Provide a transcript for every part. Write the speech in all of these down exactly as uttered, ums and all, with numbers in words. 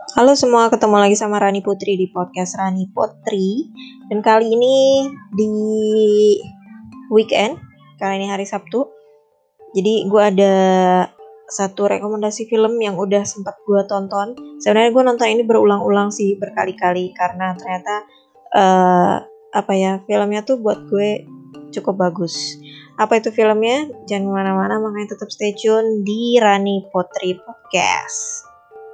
Halo semua, ketemu lagi sama Rani Putri di podcast Rani Putri. Dan kali ini di weekend, kali ini hari Sabtu. Jadi gue ada satu rekomendasi film yang udah sempat gue tonton. Sebenarnya gue nonton ini berulang-ulang sih, berkali-kali, karena ternyata uh, apa ya filmnya tuh buat gue cukup bagus. Apa itu filmnya? Jangan kemana-mana, makanya tetap stay tune di Rani Putri Podcast.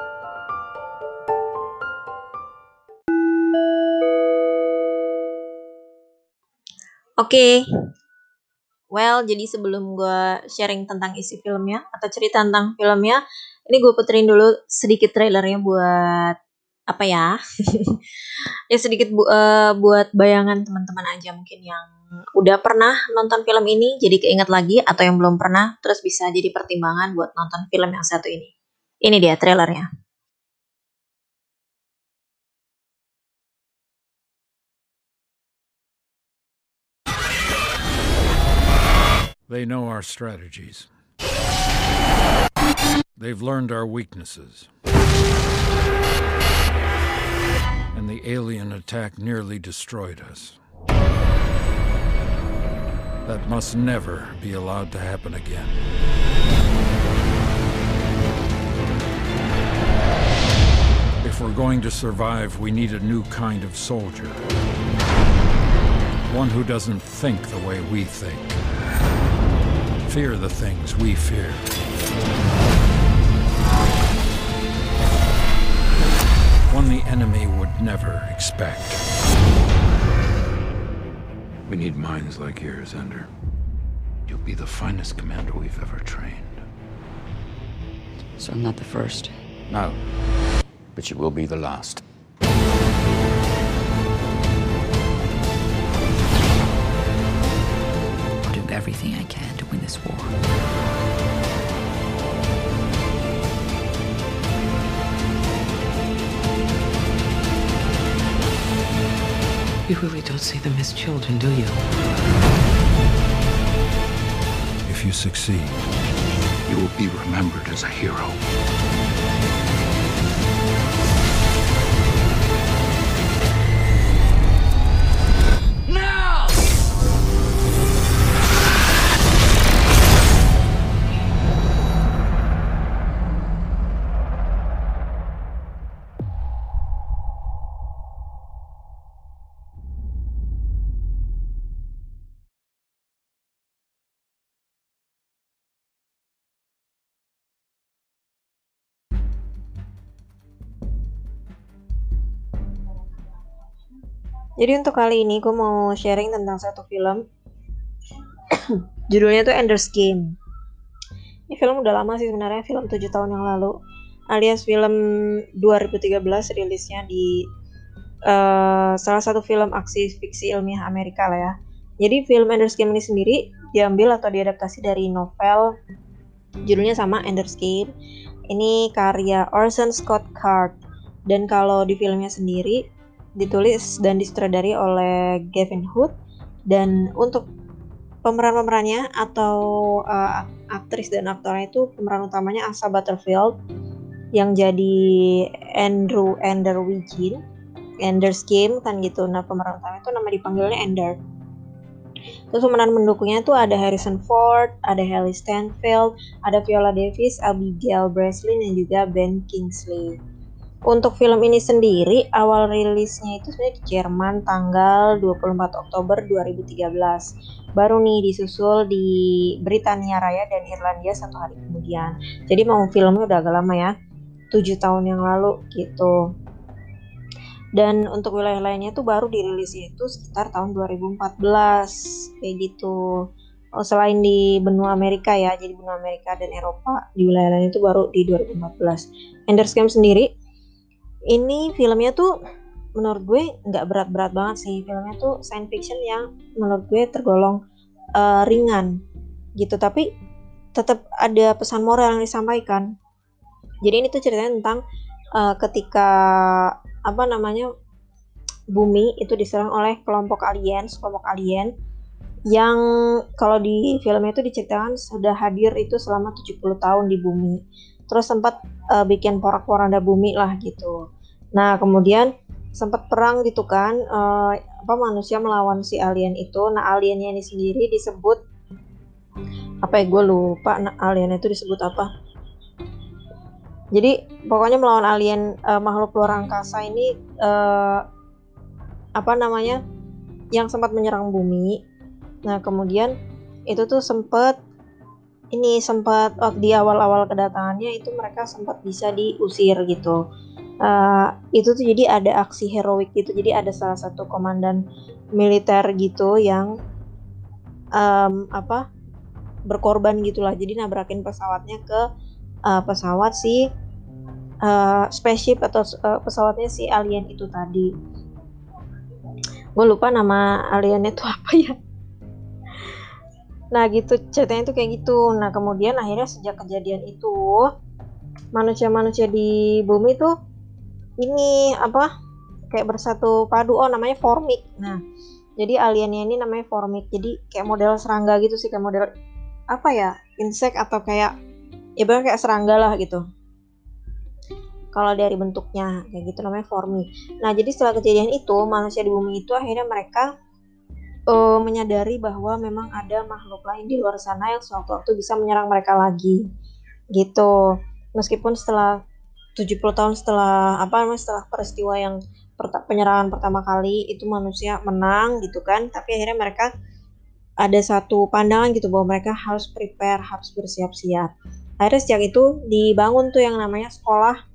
Oke, okay. Well, jadi sebelum gue sharing tentang isi filmnya atau cerita tentang filmnya, ini gue puterin dulu sedikit trailernya buat apa ya? ya sedikit bu- uh, buat bayangan teman-teman aja mungkin yang udah pernah nonton film ini jadi keinget lagi, atau yang belum pernah terus bisa jadi pertimbangan buat nonton film yang satu ini. Ini dia trailernya. They know our strategies. They've learned our weaknesses. And the alien attack nearly destroyed us. That must never be allowed to happen again. If we're going to survive, we need a new kind of soldier. One who doesn't think the way we think. Fear the things we fear. One the enemy would never expect. We need minds like yours, Ender. You'll be the finest commander we've ever trained. So I'm not the first? No, but you will be the last. I'll do everything I can to win this war. You really don't see them as children, do you? If you succeed, You will be remembered as a hero. Jadi untuk kali ini gue mau sharing tentang satu film. Judulnya tuh Ender's Game. Ini film udah lama sih sebenarnya, film tujuh tahun yang lalu, alias film dua ribu tiga belas rilisnya di uh, salah satu film aksi fiksi ilmiah Amerika lah ya. Jadi film Ender's Game ini sendiri diambil atau diadaptasi dari novel judulnya sama, Ender's Game. Ini karya Orson Scott Card. Dan kalau di filmnya sendiri ditulis dan disutradari oleh Gavin Hood, dan untuk pemeran-pemerannya atau uh, aktris dan aktornya itu, pemeran utamanya Asa Butterfield yang jadi Andrew Ender Wiggin, Ender's Game kan gitu. Nah, pemeran utama itu nama dipanggilnya Ender. Terus pemeran mendukungnya tuh ada Harrison Ford, ada Haley Steinfeld, ada Viola Davis, Abigail Breslin, dan juga Ben Kingsley. Untuk film ini sendiri awal rilisnya itu sebenarnya di Jerman tanggal dua puluh empat Oktober dua ribu tiga belas. Baru nih disusul di Britania Raya dan Irlandia satu hari kemudian. Jadi mau filmnya udah agak lama ya, tujuh tahun yang lalu gitu. Dan untuk wilayah lainnya tuh baru dirilisnya itu sekitar tahun dua ribu empat belas kayak gitu. Oh, selain di benua Amerika ya, jadi benua Amerika dan Eropa, di wilayah lain itu baru di dua ribu empat belas. Ender's Game sendiri, ini filmnya tuh menurut gue nggak berat-berat banget sih. Filmnya tuh science fiction yang menurut gue tergolong uh, ringan gitu, tapi tetap ada pesan moral yang disampaikan. Jadi ini tuh ceritanya tentang uh, ketika apa namanya bumi itu diserang oleh kelompok alien, kelompok alien yang kalau di filmnya itu diceritakan sudah hadir itu selama tujuh puluh tahun di bumi. Terus sempat uh, bikin porak-poranda bumi lah gitu. Nah, kemudian sempat perang gitu kan, uh, apa manusia melawan si alien itu. Nah, aliennya ini sendiri disebut apa ya, gue lupa. Nah, alien itu disebut apa. Jadi pokoknya melawan alien, uh, makhluk luar angkasa ini uh, apa namanya, yang sempat menyerang bumi. Nah, kemudian itu tuh sempat ini sempat oh, di awal-awal kedatangannya itu mereka sempat bisa diusir gitu. Uh, itu tuh jadi ada aksi heroik gitu. Jadi ada salah satu komandan militer gitu yang um, apa berkorban gitulah. Jadi nabrakin pesawatnya ke uh, pesawat si uh, spaceship atau uh, pesawatnya si alien itu tadi. Gue lupa nama aliennya tuh apa ya. Nah gitu ceritanya tuh kayak gitu. Nah kemudian akhirnya sejak kejadian itu manusia-manusia di bumi tuh ini apa kayak bersatu padu. Oh namanya Formic. Nah jadi aliennya ini namanya Formic. Jadi kayak model serangga gitu sih, kayak model apa ya, insek atau kayak ya bener kayak serangga lah gitu. Kalau dari bentuknya kayak gitu namanya Formic. Nah jadi setelah kejadian itu manusia di bumi itu akhirnya mereka Uh, menyadari bahwa memang ada makhluk lain di luar sana yang sewaktu-waktu bisa menyerang mereka lagi gitu. Meskipun setelah tujuh puluh tahun setelah apa namanya setelah peristiwa yang perta- penyerangan pertama kali itu manusia menang gitu kan, tapi akhirnya mereka ada satu pandangan gitu bahwa mereka harus prepare, harus bersiap-siap. Akhirnya sejak itu dibangun tuh yang namanya sekolah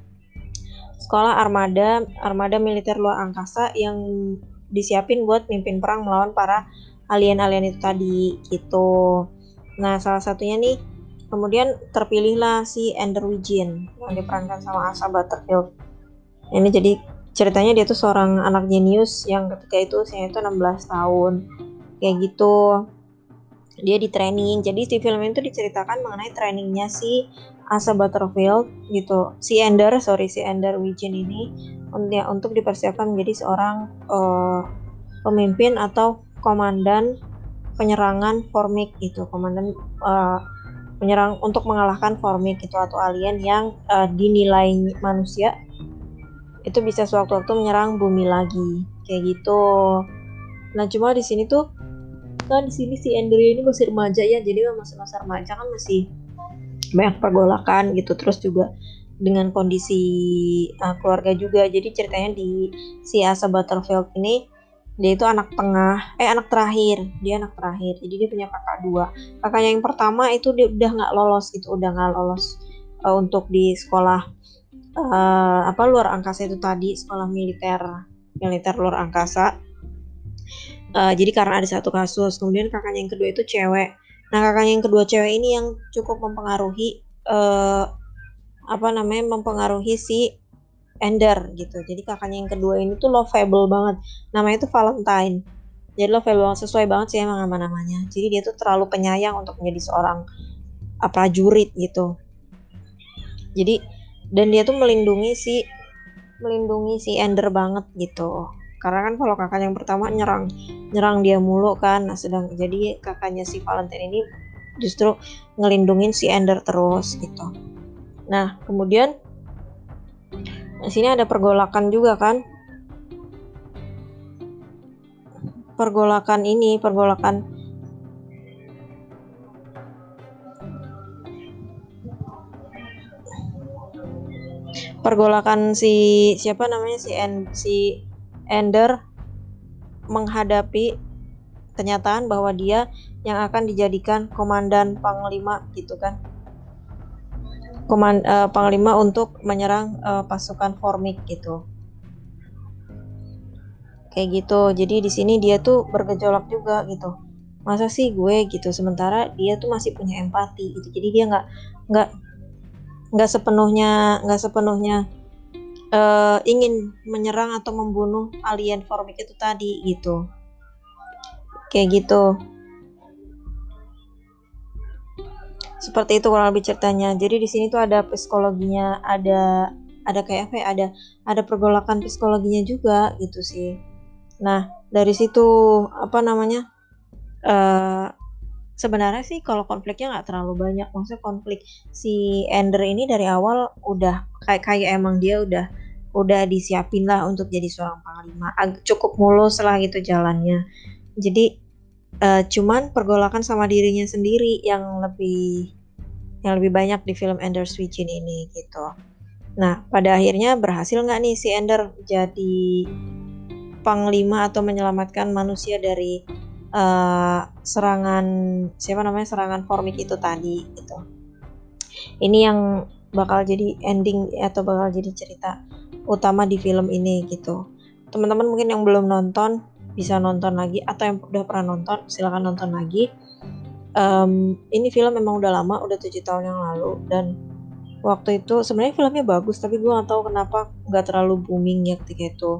sekolah armada armada militer luar angkasa yang disiapin buat mimpin perang melawan para alien-alien itu tadi gitu. Nah salah satunya nih kemudian terpilihlah si Ender Wiggin yang diperankan sama Asa Butterfield. Ini jadi ceritanya dia tuh seorang anak jenius yang ketika itu usianya itu enam belas tahun kayak gitu. Dia di training. Jadi di film itu diceritakan mengenai trainingnya si Asa Butterfield gitu. Si Ender, sorry si Ender Wiggin ini untuk untuk dipersiapkan menjadi seorang uh, pemimpin atau komandan penyerangan Formic itu, komandan uh, penyerang untuk mengalahkan Formic itu atau alien yang uh, dinilai manusia itu bisa sewaktu-waktu menyerang bumi lagi kayak gitu. Nah cuma di sini tuh kan di sini si Ender ini masih remaja ya, jadi masa-masa remaja kan masih banyak pergolakan gitu, terus juga dengan kondisi uh, keluarga juga. Jadi ceritanya di si Asa Butterfield ini dia itu anak tengah, eh anak terakhir, dia anak terakhir. Jadi dia punya kakak dua. Kakaknya yang pertama itu dia udah nggak lolos gitu, udah nggak lolos uh, untuk di sekolah uh, apa luar angkasa itu tadi, sekolah militer militer luar angkasa. Uh, jadi karena ada satu kasus. Kemudian kakaknya yang kedua itu cewek. Nah kakaknya yang kedua cewek ini yang cukup mempengaruhi uh, apa namanya mempengaruhi si Ender gitu. Jadi kakaknya yang kedua ini tuh lovable banget. Namanya tuh Valentine. Jadi lovable banget, sesuai banget sih emang sama namanya. Jadi dia tuh terlalu penyayang untuk menjadi seorang uh, prajurit gitu. Jadi dan dia tuh melindungi si melindungi si Ender banget gitu. Karena kan kalau kakaknya yang pertama nyerang nyerang dia mulu kan. Nah, sedang jadi kakaknya si Valentine ini justru ngelindungin si Ender terus gitu. Nah, kemudian di sini ada pergolakan juga kan. Pergolakan ini, pergolakan pergolakan si siapa namanya si En, si Ender menghadapi kenyataan bahwa dia yang akan dijadikan komandan panglima gitu kan. Koman, uh, panglima untuk menyerang uh, pasukan Formic gitu. Kayak gitu. Jadi di sini dia tuh bergejolak juga gitu. Masa sih gue gitu, sementara dia tuh masih punya empati gitu. Jadi dia nggak nggak nggak sepenuhnya nggak sepenuhnya uh, ingin menyerang atau membunuh alien Formic itu tadi gitu. Kayak gitu. Seperti itu kurang lebih ceritanya. Jadi di sini tuh ada psikologinya, ada ada kayak apa ya, ada ada pergolakan psikologinya juga gitu sih. Nah dari situ apa namanya uh, sebenarnya sih kalau konfliknya nggak terlalu banyak. Maksudnya konflik si Ender ini dari awal udah kayak kayak emang dia udah udah disiapin lah untuk jadi seorang panglima. Ag- cukup mulus lah gitu jalannya. Jadi uh, cuman pergolakan sama dirinya sendiri yang lebih yang lebih banyak di film Ender Switchin ini gitu. Nah, pada akhirnya berhasil nggak nih si Ender jadi panglima atau menyelamatkan manusia dari uh, serangan siapa namanya serangan Formik itu tadi gitu. Ini yang bakal jadi ending atau bakal jadi cerita utama di film ini gitu. Teman-teman mungkin yang belum nonton bisa nonton lagi, atau yang udah pernah nonton silakan nonton lagi. Um, ini film memang udah lama, udah tujuh tahun yang lalu, dan waktu itu sebenarnya filmnya bagus, tapi gue nggak tahu kenapa nggak terlalu booming ya ketika itu,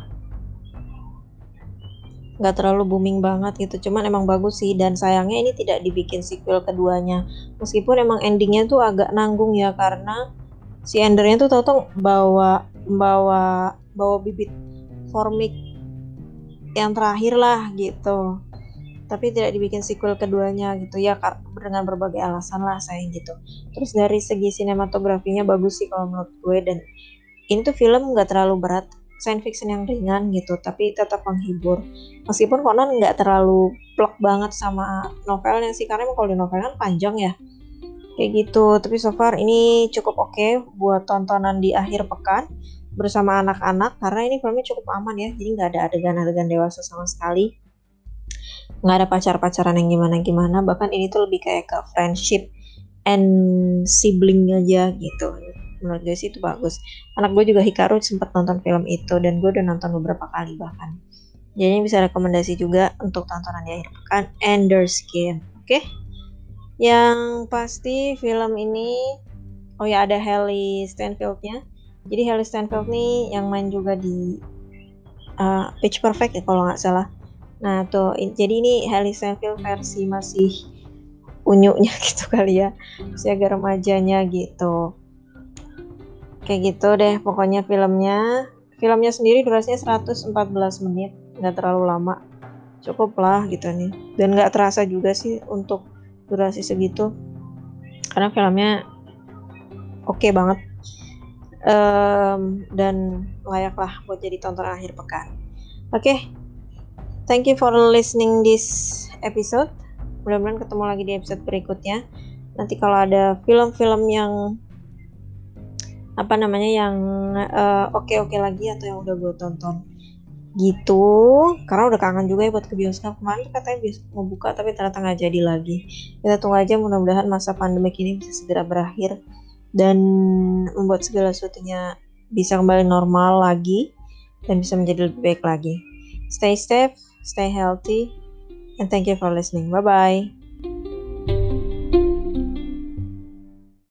nggak terlalu booming banget gitu. Cuman emang bagus sih, dan sayangnya ini tidak dibikin sequel keduanya, meskipun emang endingnya tuh agak nanggung ya, karena si Endernya tuh tau-tau bawa bawa bawa bibit Formik yang terakhir lah gitu, tapi tidak dibikin sequel keduanya gitu ya, dengan berbagai alasan lah sayang gitu. Terus dari segi sinematografinya bagus sih kalau menurut gue, dan ini tuh film nggak terlalu berat, science fiction yang ringan gitu, tapi tetap menghibur. Meskipun konon nggak terlalu plek banget sama novelnya sih, karena emang kalau di novel kan panjang ya, kayak gitu. Tapi so far ini cukup oke okay buat tontonan di akhir pekan bersama anak-anak, karena ini filmnya cukup aman ya, jadi nggak ada adegan-adegan dewasa sama sekali, nggak ada pacar-pacaran yang gimana-gimana, bahkan ini tuh lebih kayak ke friendship and sibling aja gitu. Menurut gue sih itu bagus. Anak gue juga Hikaru sempat nonton film itu, dan gue udah nonton beberapa kali bahkan, jadi bisa rekomendasi juga untuk tontonan di akhir pekan, Ender's Game. Oke okay? Yang pasti film ini, oh ya, ada Hailee Steinfeld-nya. Jadi Hailee Steinfeld nih yang main juga di uh, Pitch Perfect ya kalau nggak salah. Nah tuh, jadi ini Hailee Steinfeld versi masih unyunya gitu kali ya, masih agak remajanya gitu. Kayak gitu deh pokoknya filmnya. Filmnya sendiri durasinya seratus empat belas menit, nggak terlalu lama, cukup lah gitu nih. Dan nggak terasa juga sih untuk durasi segitu, karena filmnya oke okay banget, um, dan layak lah buat jadi tontonan akhir pekan. Oke, okay. Thank you for listening this episode. Mudah-mudahan ketemu lagi di episode berikutnya. Nanti kalau ada film-film yang apa namanya yang uh, oke-oke lagi, atau yang udah gue tonton gitu, karena udah kangen juga ya buat ke bioskop. Kemarin katanya bioskop mau buka, tapi ternyata nggak jadi lagi. Kita tunggu aja, mudah-mudahan masa pandemik ini bisa segera berakhir dan membuat segala sesuatunya bisa kembali normal lagi dan bisa menjadi lebih baik lagi. Stay safe, stay healthy, and thank you for listening. Bye bye.